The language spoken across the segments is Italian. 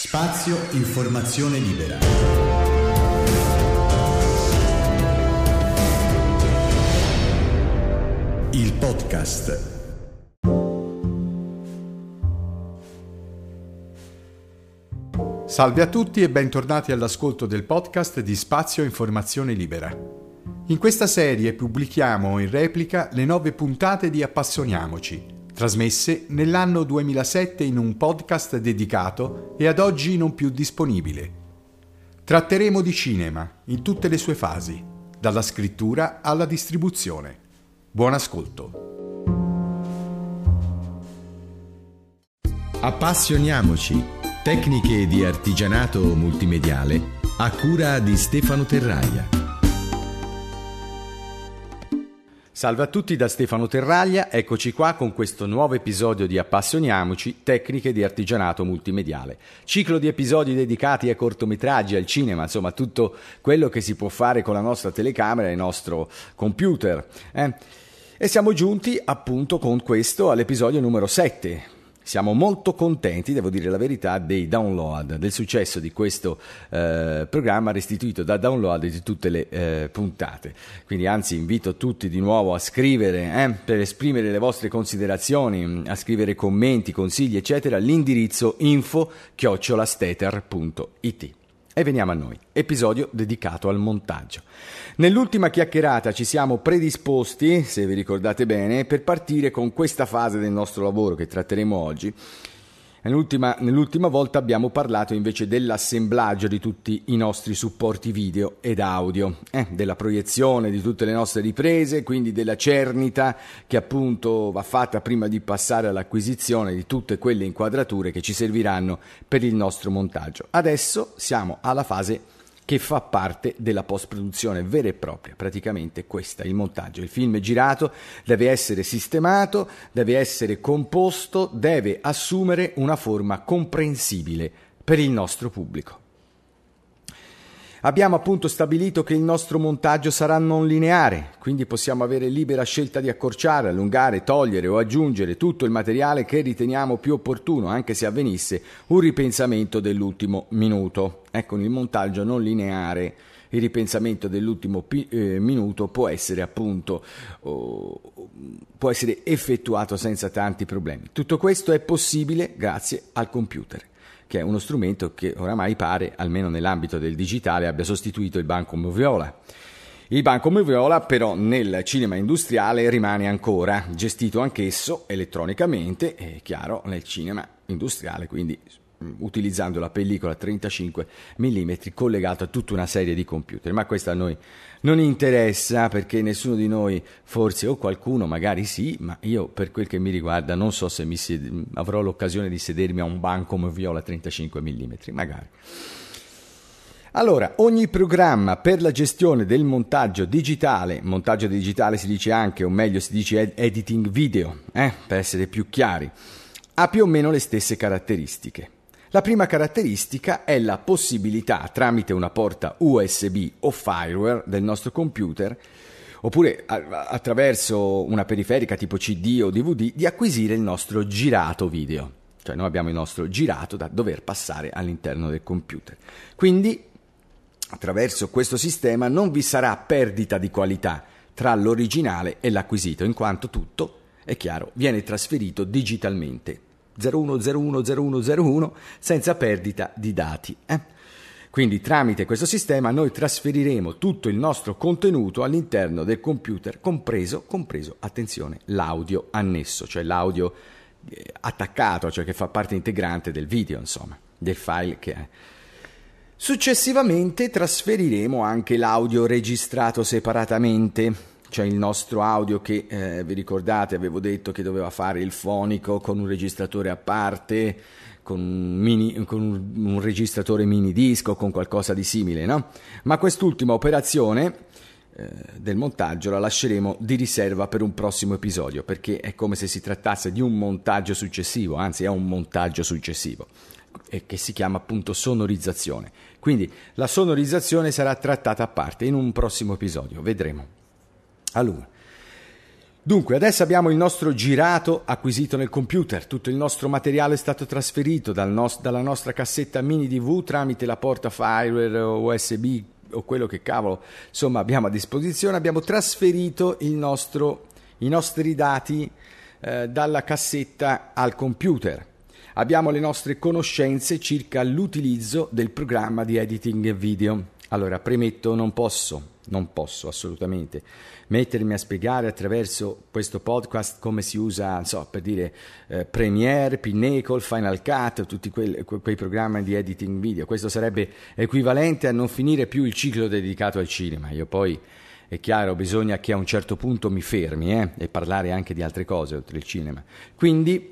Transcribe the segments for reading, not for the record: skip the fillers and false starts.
Spazio Informazione Libera. Il podcast. Salve a tutti e bentornati all'ascolto del podcast di Spazio Informazione Libera. In questa serie pubblichiamo in replica le 9 puntate di Appassioniamoci, trasmesse nell'anno 2007 in un podcast dedicato e ad oggi non più disponibile. Tratteremo di cinema in tutte le sue fasi, dalla scrittura alla distribuzione. Buon ascolto. Appassioniamoci, tecniche di artigianato multimediale a cura di Stefano Terraglia. Salve a tutti da Stefano Terraglia, eccoci qua con questo nuovo episodio di Appassioniamoci, tecniche di artigianato multimediale. Ciclo di episodi dedicati ai cortometraggi, al cinema, insomma tutto quello che si può fare con la nostra telecamera e il nostro computer. E siamo giunti appunto con questo all'episodio numero 7. Siamo molto contenti, devo dire la verità, dei download, del successo di questo programma restituito da download di tutte le puntate. Quindi anzi invito tutti di nuovo a scrivere per esprimere le vostre considerazioni, a scrivere commenti, consigli eccetera all'indirizzo info@steter.it. E veniamo a noi, episodio dedicato al montaggio. Nell'ultima chiacchierata ci siamo predisposti, se vi ricordate bene, per partire con questa fase del nostro lavoro che tratteremo oggi. Nell'ultima volta abbiamo parlato invece dell'assemblaggio di tutti i nostri supporti video ed audio, della proiezione di tutte le nostre riprese, quindi della cernita che appunto va fatta prima di passare all'acquisizione di tutte quelle inquadrature che ci serviranno per il nostro montaggio. Adesso siamo alla fase che fa parte della post-produzione vera e propria, praticamente questa, il montaggio. Il film è girato, deve essere sistemato, deve essere composto, deve assumere una forma comprensibile per il nostro pubblico. Abbiamo appunto stabilito che il nostro montaggio sarà non lineare, quindi possiamo avere libera scelta di accorciare, allungare, togliere o aggiungere tutto il materiale che riteniamo più opportuno, anche se avvenisse un ripensamento dell'ultimo minuto. Con il montaggio non lineare il ripensamento dell'ultimo minuto può essere appunto può essere effettuato senza tanti problemi. Tutto questo è possibile grazie al computer, che è uno strumento che oramai pare, almeno nell'ambito del digitale, abbia sostituito il banco moviola. Il banco moviola però nel cinema industriale rimane ancora gestito anch'esso elettronicamente, è chiaro, nel cinema industriale, quindi utilizzando la pellicola 35 mm collegata a tutta una serie di computer, ma questo a noi non interessa perché nessuno di noi, forse o qualcuno magari sì, ma io per quel che mi riguarda non so se avrò l'occasione di sedermi a un banco moviola 35 mm, magari. Allora, ogni programma per la gestione del montaggio digitale si dice anche, o meglio si dice editing video, per essere più chiari, ha più o meno le stesse caratteristiche. La prima caratteristica è la possibilità, tramite una porta USB o fireware del nostro computer, oppure attraverso una periferica tipo CD o DVD, di acquisire il nostro girato video. Cioè noi abbiamo il nostro girato da dover passare all'interno del computer. Quindi, attraverso questo sistema non vi sarà perdita di qualità tra l'originale e l'acquisito, in quanto tutto, è chiaro, viene trasferito digitalmente. 01010101 senza perdita di dati. Quindi tramite questo sistema noi trasferiremo tutto il nostro contenuto all'interno del computer, compreso, attenzione, l'audio annesso, cioè l'audio attaccato, cioè che fa parte integrante del video, insomma, del file che è. Successivamente trasferiremo anche l'audio registrato separatamente, cioè il nostro audio che, vi ricordate, avevo detto che doveva fare il fonico con un registratore a parte, con un registratore mini disco, con qualcosa di simile, no? Ma quest'ultima operazione del montaggio la lasceremo di riserva per un prossimo episodio, perché è come se si trattasse di un montaggio successivo, anzi è un montaggio successivo, che si chiama appunto sonorizzazione. Quindi la sonorizzazione sarà trattata a parte in un prossimo episodio, vedremo. Allora, Dunque, adesso abbiamo il nostro girato acquisito nel computer, tutto il nostro materiale è stato trasferito dalla nostra cassetta mini DV tramite la porta Firewire o USB o quello che cavolo insomma abbiamo a disposizione. Abbiamo trasferito i nostri dati dalla cassetta al computer. Abbiamo le nostre conoscenze circa l'utilizzo del programma di editing video. Allora, premetto, non posso assolutamente mettermi a spiegare attraverso questo podcast come si usa, per dire, Premiere, Pinnacle, Final Cut, tutti quei programmi di editing video. Questo sarebbe equivalente a non finire più il ciclo dedicato al cinema. Io poi, è chiaro, bisogna che a un certo punto mi fermi e parlare anche di altre cose oltre il cinema. Quindi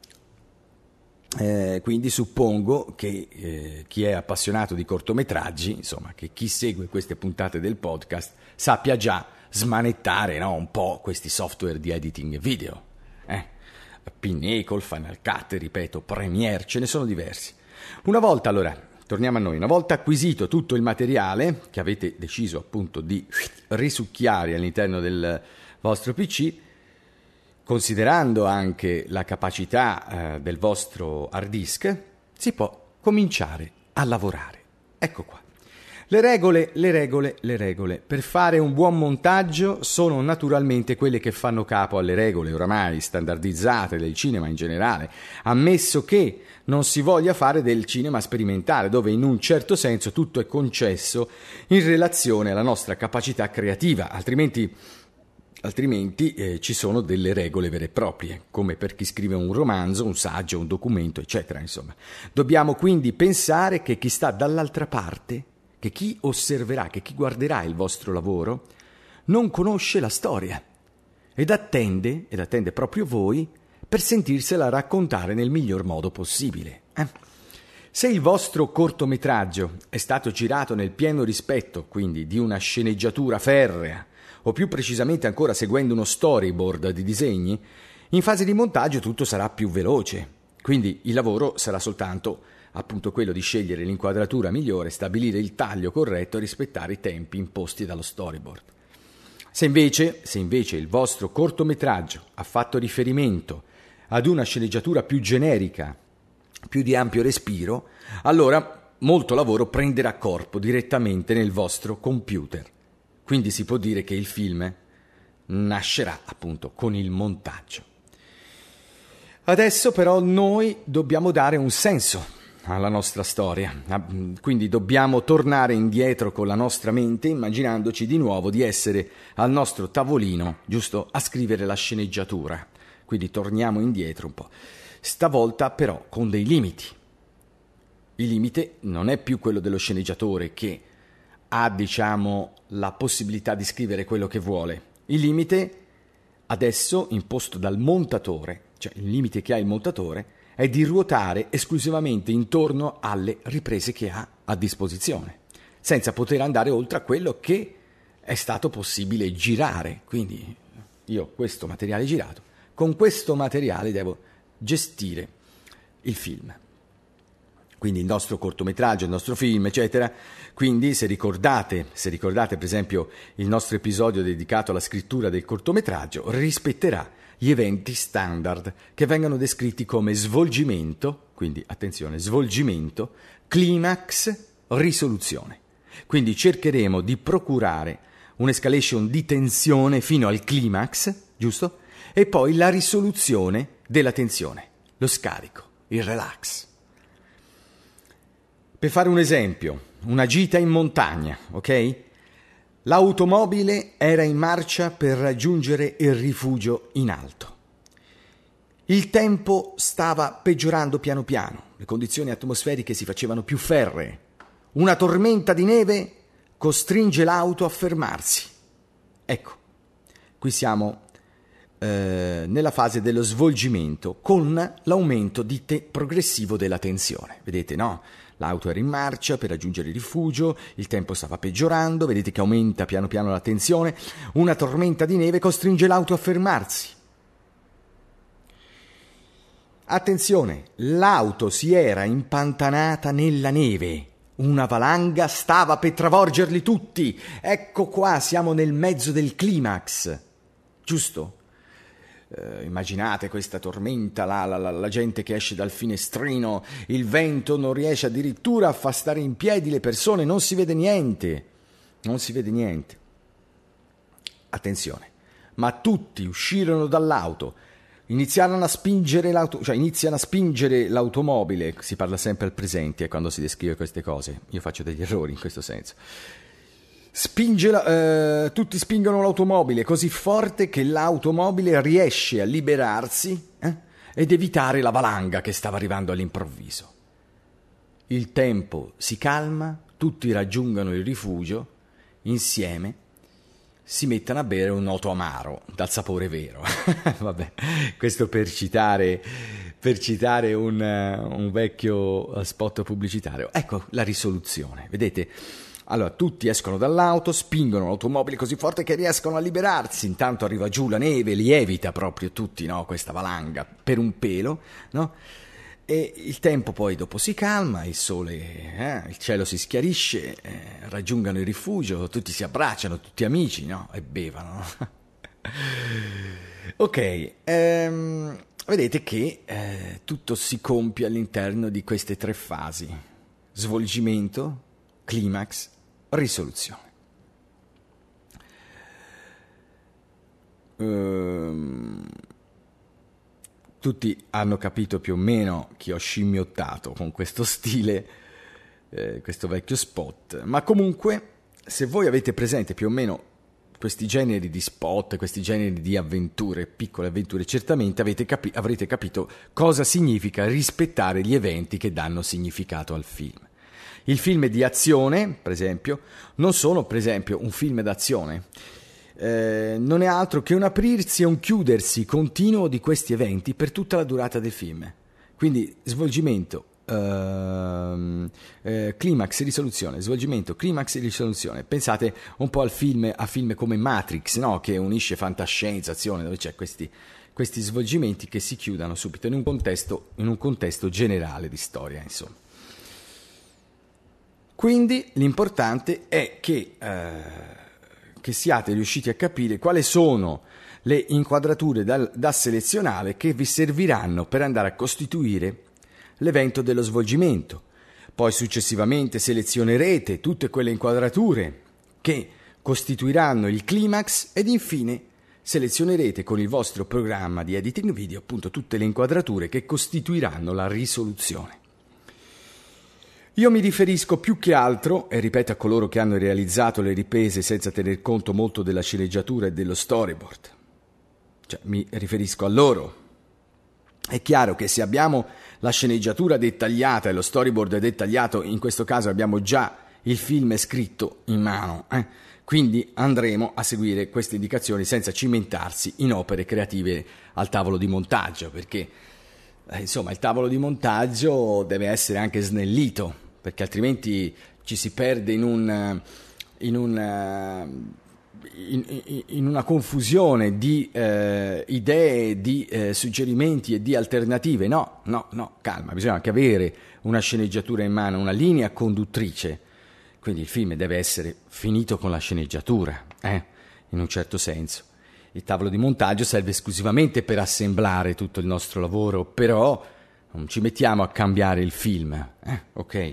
suppongo che chi è appassionato di cortometraggi, insomma, che chi segue queste puntate del podcast sappia già smanettare, no, un po' questi software di editing video. Pinnacle, Final Cut, ripeto, Premiere, ce ne sono diversi. Torniamo a noi. Una volta acquisito tutto il materiale che avete deciso appunto di risucchiare all'interno del vostro PC, considerando anche la capacità del vostro hard disk, si può cominciare a lavorare. Ecco qua. Le regole per fare un buon montaggio sono naturalmente quelle che fanno capo alle regole oramai standardizzate del cinema in generale, ammesso che non si voglia fare del cinema sperimentale, dove in un certo senso tutto è concesso in relazione alla nostra capacità creativa, altrimenti ci sono delle regole vere e proprie, come per chi scrive un romanzo, un saggio, un documento, eccetera. Insomma, dobbiamo quindi pensare che chi sta dall'altra parte, che chi osserverà, che chi guarderà il vostro lavoro, non conosce la storia ed attende proprio voi per sentirsela raccontare nel miglior modo possibile. Se il vostro cortometraggio è stato girato nel pieno rispetto, quindi, di una sceneggiatura ferrea, o più precisamente ancora seguendo uno storyboard di disegni, in fase di montaggio tutto sarà più veloce. Quindi il lavoro sarà soltanto appunto quello di scegliere l'inquadratura migliore, stabilire il taglio corretto e rispettare i tempi imposti dallo storyboard. Se invece il vostro cortometraggio ha fatto riferimento ad una sceneggiatura più generica, più di ampio respiro, allora molto lavoro prenderà corpo direttamente nel vostro computer. Quindi si può dire che il film nascerà appunto con il montaggio. Adesso però noi dobbiamo dare un senso alla nostra storia, quindi dobbiamo tornare indietro con la nostra mente, immaginandoci di nuovo di essere al nostro tavolino, giusto, a scrivere la sceneggiatura. Quindi torniamo indietro un po', stavolta però con dei limiti. Il limite non è più quello dello sceneggiatore che ha, la possibilità di scrivere quello che vuole. Il limite adesso imposto dal montatore, cioè il limite che ha il montatore, è di ruotare esclusivamente intorno alle riprese che ha a disposizione, senza poter andare oltre a quello che è stato possibile girare. Quindi io ho questo materiale girato, con questo materiale devo gestire il film. Quindi il nostro cortometraggio, il nostro film, eccetera. Quindi se ricordate per esempio il nostro episodio dedicato alla scrittura del cortometraggio, rispetterà gli eventi standard che vengono descritti come svolgimento, quindi attenzione, svolgimento, climax, risoluzione. Quindi cercheremo di procurare un'escalation di tensione fino al climax, giusto? E poi la risoluzione della tensione, lo scarico, il relax. Per fare un esempio, una gita in montagna, ok? L'automobile era in marcia per raggiungere il rifugio in alto. Il tempo stava peggiorando piano piano, le condizioni atmosferiche si facevano più ferree. Una tormenta di neve costringe l'auto a fermarsi. Ecco, qui siamo nella fase dello svolgimento con l'aumento progressivo della tensione. Vedete, no? L'auto era in marcia per raggiungere il rifugio, il tempo stava peggiorando, vedete che aumenta piano piano la tensione, una tormenta di neve costringe l'auto a fermarsi. Attenzione, l'auto si era impantanata nella neve, una valanga stava per travolgerli tutti. Ecco qua, siamo nel mezzo del climax, giusto? Immaginate questa tormenta, la gente che esce dal finestrino, il vento non riesce addirittura a far stare in piedi le persone, non si vede niente. Attenzione, ma tutti uscirono dall'auto, iniziano a spingere l'automobile, si parla sempre al presente quando si descrive queste cose, io faccio degli errori in questo senso. Tutti spingono l'automobile così forte che l'automobile riesce a liberarsi ed evitare la valanga che stava arrivando all'improvviso. Il tempo si calma, tutti raggiungono il rifugio, insieme si mettono a bere un noto amaro dal sapore vero. Vabbè, questo per citare un vecchio spot pubblicitario. Ecco la risoluzione, vedete? Allora, tutti escono dall'auto, spingono l'automobile così forte che riescono a liberarsi. Intanto arriva giù la neve, li evita proprio tutti, no? Questa valanga per un pelo, no? E il tempo poi dopo si calma, il sole, il cielo si schiarisce, raggiungono il rifugio, tutti si abbracciano, tutti amici, no? E bevono. Ok, vedete che tutto si compie all'interno di queste 3 fasi: svolgimento, climax, risoluzione. Tutti hanno capito più o meno chi ho scimmiottato con questo stile, questo vecchio spot, ma comunque se voi avete presente più o meno questi generi di spot, questi generi di avventure, piccole avventure, certamente avrete capito cosa significa rispettare gli eventi che danno significato al film. Il film di azione, per esempio, non sono per esempio un film d'azione, non è altro che un aprirsi e un chiudersi continuo di questi eventi per tutta la durata del film. Quindi svolgimento, climax, risoluzione, svolgimento, climax e risoluzione. Pensate un po' a film come Matrix, no? Che unisce fantascienza, azione, dove c'è questi svolgimenti che si chiudono subito in un contesto generale di storia, insomma. Quindi l'importante è che siate riusciti a capire quali sono le inquadrature da selezionare che vi serviranno per andare a costituire l'evento dello svolgimento. Poi successivamente selezionerete tutte quelle inquadrature che costituiranno il climax ed infine selezionerete con il vostro programma di editing video appunto tutte le inquadrature che costituiranno la risoluzione. Io mi riferisco più che altro, e ripeto a coloro che hanno realizzato le riprese senza tener conto molto della sceneggiatura e dello storyboard, cioè mi riferisco a loro. È chiaro che se abbiamo la sceneggiatura dettagliata e lo storyboard dettagliato, in questo caso abbiamo già il film scritto in mano, quindi andremo a seguire queste indicazioni senza cimentarsi in opere creative al tavolo di montaggio, perché insomma il tavolo di montaggio deve essere anche snellito, perché altrimenti ci si perde in una confusione di idee, di suggerimenti e di alternative. No, calma, bisogna anche avere una sceneggiatura in mano, una linea conduttrice, quindi il film deve essere finito con la sceneggiatura, in un certo senso. Il tavolo di montaggio serve esclusivamente per assemblare tutto il nostro lavoro, però non ci mettiamo a cambiare il film, ok?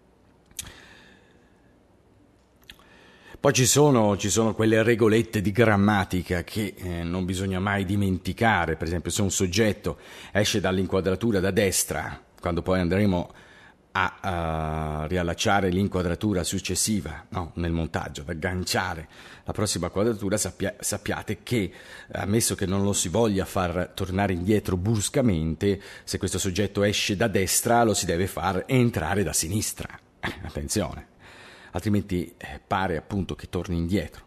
Poi ci sono quelle regolette di grammatica che non bisogna mai dimenticare. Per esempio, se un soggetto esce dall'inquadratura da destra, quando poi andremo a riallacciare l'inquadratura successiva, no, nel montaggio, ad agganciare la prossima quadratura, sappiate che, ammesso che non lo si voglia far tornare indietro bruscamente, se questo soggetto esce da destra lo si deve far entrare da sinistra. Attenzione, altrimenti pare appunto che torni indietro.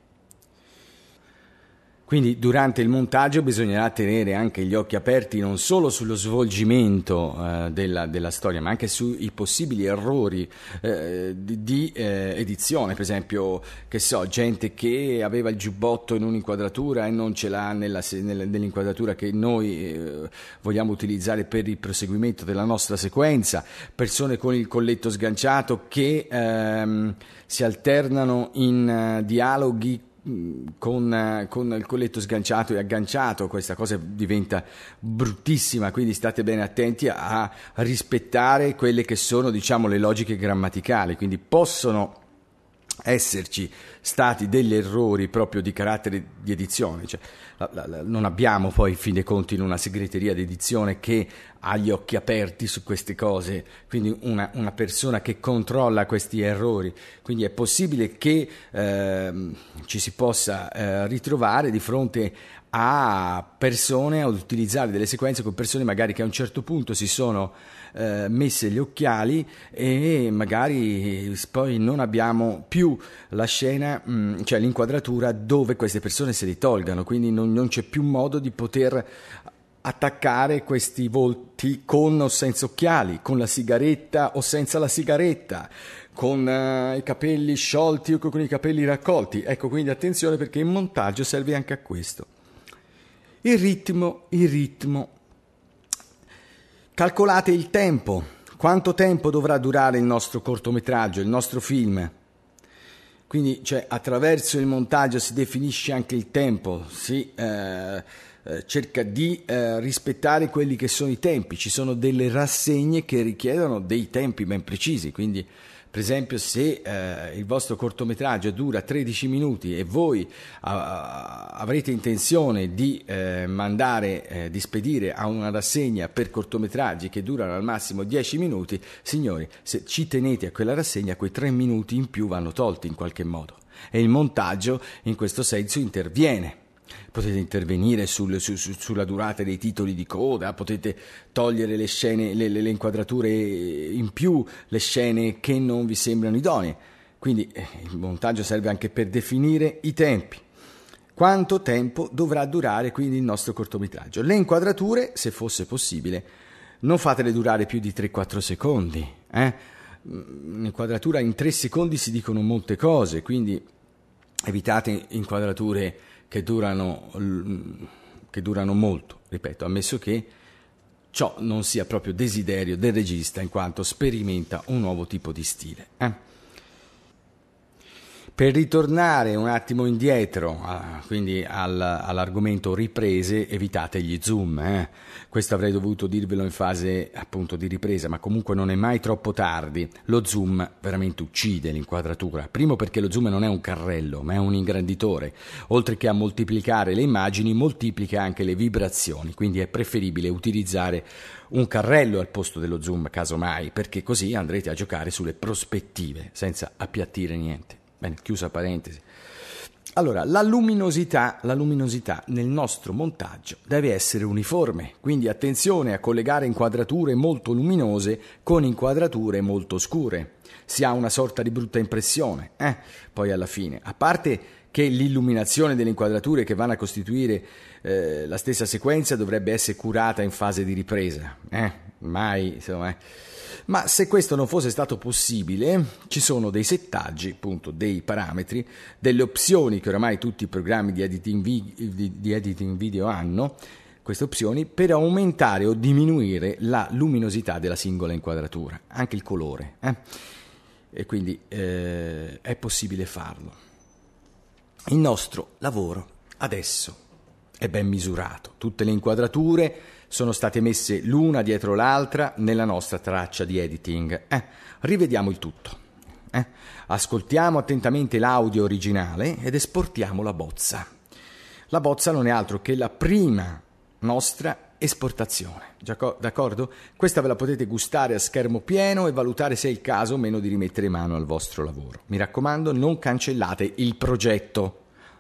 Quindi durante il montaggio bisognerà tenere anche gli occhi aperti non solo sullo svolgimento della storia, ma anche sui possibili errori di edizione. Per esempio, che so, gente che aveva il giubbotto in un'inquadratura e non ce l'ha nell'inquadratura che noi vogliamo utilizzare per il proseguimento della nostra sequenza, persone con il colletto sganciato che si alternano in dialoghi con il colletto sganciato e agganciato, questa cosa diventa bruttissima, quindi state bene attenti a rispettare quelle che sono, diciamo, le logiche grammaticali, quindi possono esserci stati degli errori proprio di carattere di edizione, cioè, non abbiamo poi in fin dei conti in una segreteria di edizione che ha gli occhi aperti su queste cose, quindi una persona che controlla questi errori, quindi è possibile che ci si possa ritrovare di fronte a persone, a utilizzare delle sequenze con persone magari che a un certo punto si sono messe gli occhiali e magari poi non abbiamo più la scena, cioè l'inquadratura dove queste persone se li tolgano, quindi non c'è più modo di poter attaccare questi volti con o senza occhiali, con la sigaretta o senza la sigaretta, con i capelli sciolti o con i capelli raccolti. Ecco, quindi attenzione, perché il montaggio serve anche a questo. Il ritmo. Calcolate il tempo. Quanto tempo dovrà durare il nostro cortometraggio, il nostro film? Quindi, cioè, attraverso il montaggio si definisce anche il tempo, si cerca di rispettare quelli che sono i tempi. Ci sono delle rassegne che richiedono dei tempi ben precisi, quindi per esempio se il vostro cortometraggio dura 13 minuti e voi avrete intenzione di di spedire a una rassegna per cortometraggi che durano al massimo 10 minuti, signori, se ci tenete a quella rassegna, quei 3 minuti in più vanno tolti in qualche modo, e il montaggio in questo senso interviene. Potete intervenire sulla durata dei titoli di coda, potete togliere le scene, le inquadrature in più, le scene che non vi sembrano idonee. Quindi il montaggio serve anche per definire i tempi. Quanto tempo dovrà durare quindi il nostro cortometraggio? Le inquadrature, se fosse possibile, non fatele durare più di 3-4 secondi. Un'inquadratura in 3 secondi si dicono molte cose, quindi evitate inquadrature che durano molto, ripeto, ammesso che ciò non sia proprio desiderio del regista in quanto sperimenta un nuovo tipo di stile. Per ritornare un attimo indietro, quindi all'argomento riprese, evitate gli zoom. Questo avrei dovuto dirvelo in fase appunto di ripresa, ma comunque non è mai troppo tardi. Lo zoom veramente uccide l'inquadratura. Primo perché lo zoom non è un carrello, ma è un ingranditore. Oltre che a moltiplicare le immagini, moltiplica anche le vibrazioni, quindi è preferibile utilizzare un carrello al posto dello zoom, casomai, perché così andrete a giocare sulle prospettive, senza appiattire niente. Bene, chiusa parentesi. Allora, la luminosità nel nostro montaggio deve essere uniforme, quindi attenzione a collegare inquadrature molto luminose con inquadrature molto scure. Si ha una sorta di brutta impressione, poi alla fine. A parte che l'illuminazione delle inquadrature che vanno a costituire la stessa sequenza dovrebbe essere curata in fase di ripresa, mai, insomma. Ma se questo non fosse stato possibile, ci sono dei settaggi, appunto, dei parametri, delle opzioni che oramai tutti i programmi di editing video hanno, queste opzioni, per aumentare o diminuire la luminosità della singola inquadratura, anche il colore. E quindi è possibile farlo. Il nostro lavoro adesso è ben misurato, tutte le inquadrature sono state messe l'una dietro l'altra nella nostra traccia di editing. Rivediamo il tutto. Ascoltiamo attentamente l'audio originale ed esportiamo la bozza. La bozza non è altro che la prima nostra esportazione. D'accordo? Questa ve la potete gustare a schermo pieno e valutare se è il caso o meno di rimettere mano al vostro lavoro. Mi raccomando, non cancellate il progetto,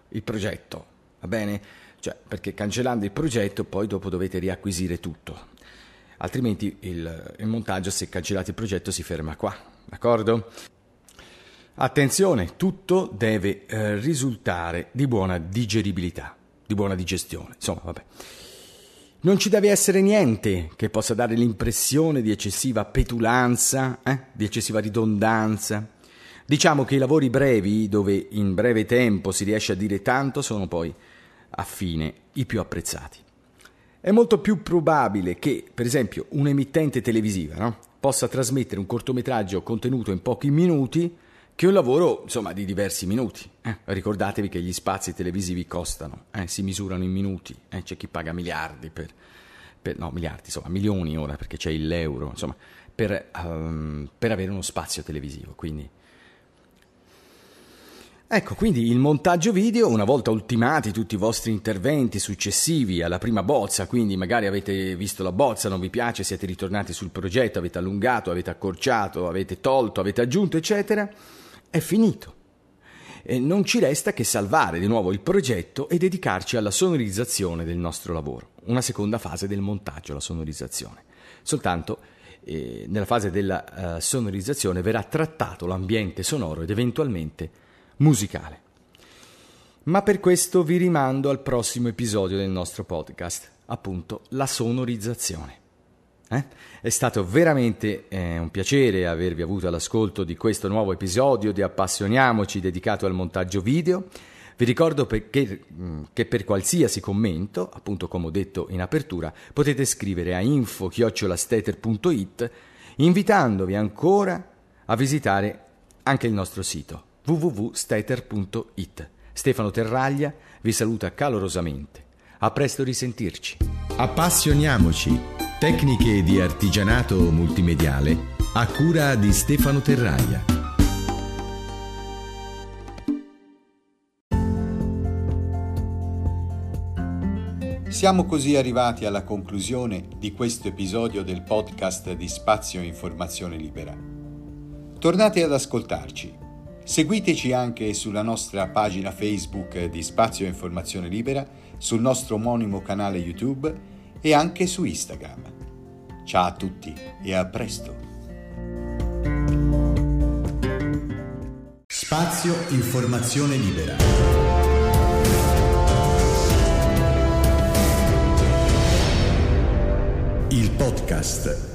va bene? Cioè, perché cancellando il progetto poi dopo dovete riacquisire tutto, altrimenti il montaggio, se cancellate il progetto, si ferma qua, d'accordo? Attenzione, tutto deve risultare di buona digeribilità, di buona digestione, insomma, vabbè. Non ci deve essere niente che possa dare l'impressione di eccessiva petulanza, di eccessiva ridondanza. Diciamo che i lavori brevi, dove in breve tempo si riesce a dire tanto, sono poi a fine i più apprezzati. È molto più probabile che, per esempio, un'emittente televisiva, possa trasmettere un cortometraggio contenuto in pochi minuti che un lavoro, insomma, di diversi minuti. Ricordatevi che gli spazi televisivi costano, si misurano in minuti, c'è chi paga miliardi milioni ora, perché c'è l'euro, insomma, per avere uno spazio televisivo, quindi... Ecco, quindi il montaggio video, una volta ultimati tutti i vostri interventi successivi alla prima bozza, quindi magari avete visto la bozza, non vi piace, siete ritornati sul progetto, avete allungato, avete accorciato, avete tolto, avete aggiunto, eccetera, è finito. E non ci resta che salvare di nuovo il progetto e dedicarci alla sonorizzazione del nostro lavoro. Una seconda fase del montaggio, la sonorizzazione. Soltanto nella fase della sonorizzazione verrà trattato l'ambiente sonoro ed eventualmente musicale. Ma per questo vi rimando al prossimo episodio del nostro podcast, appunto la sonorizzazione. È stato veramente un piacere avervi avuto all'ascolto di questo nuovo episodio di Appassioniamoci dedicato al montaggio video. Vi ricordo che per qualsiasi commento, appunto come ho detto in apertura, potete scrivere a info@stater.it, invitandovi ancora a visitare anche il nostro sito www.stater.it. Stefano Terraglia vi saluta calorosamente. A presto, risentirci. Appassioniamoci. Tecniche di artigianato multimediale a cura di Stefano Terraglia. Siamo così arrivati alla conclusione di questo episodio del podcast di Spazio Informazione Libera. Tornate ad ascoltarci. Seguiteci anche sulla nostra pagina Facebook di Spazio Informazione Libera, sul nostro omonimo canale YouTube e anche su Instagram. Ciao a tutti e a presto! Spazio Informazione Libera. Il podcast.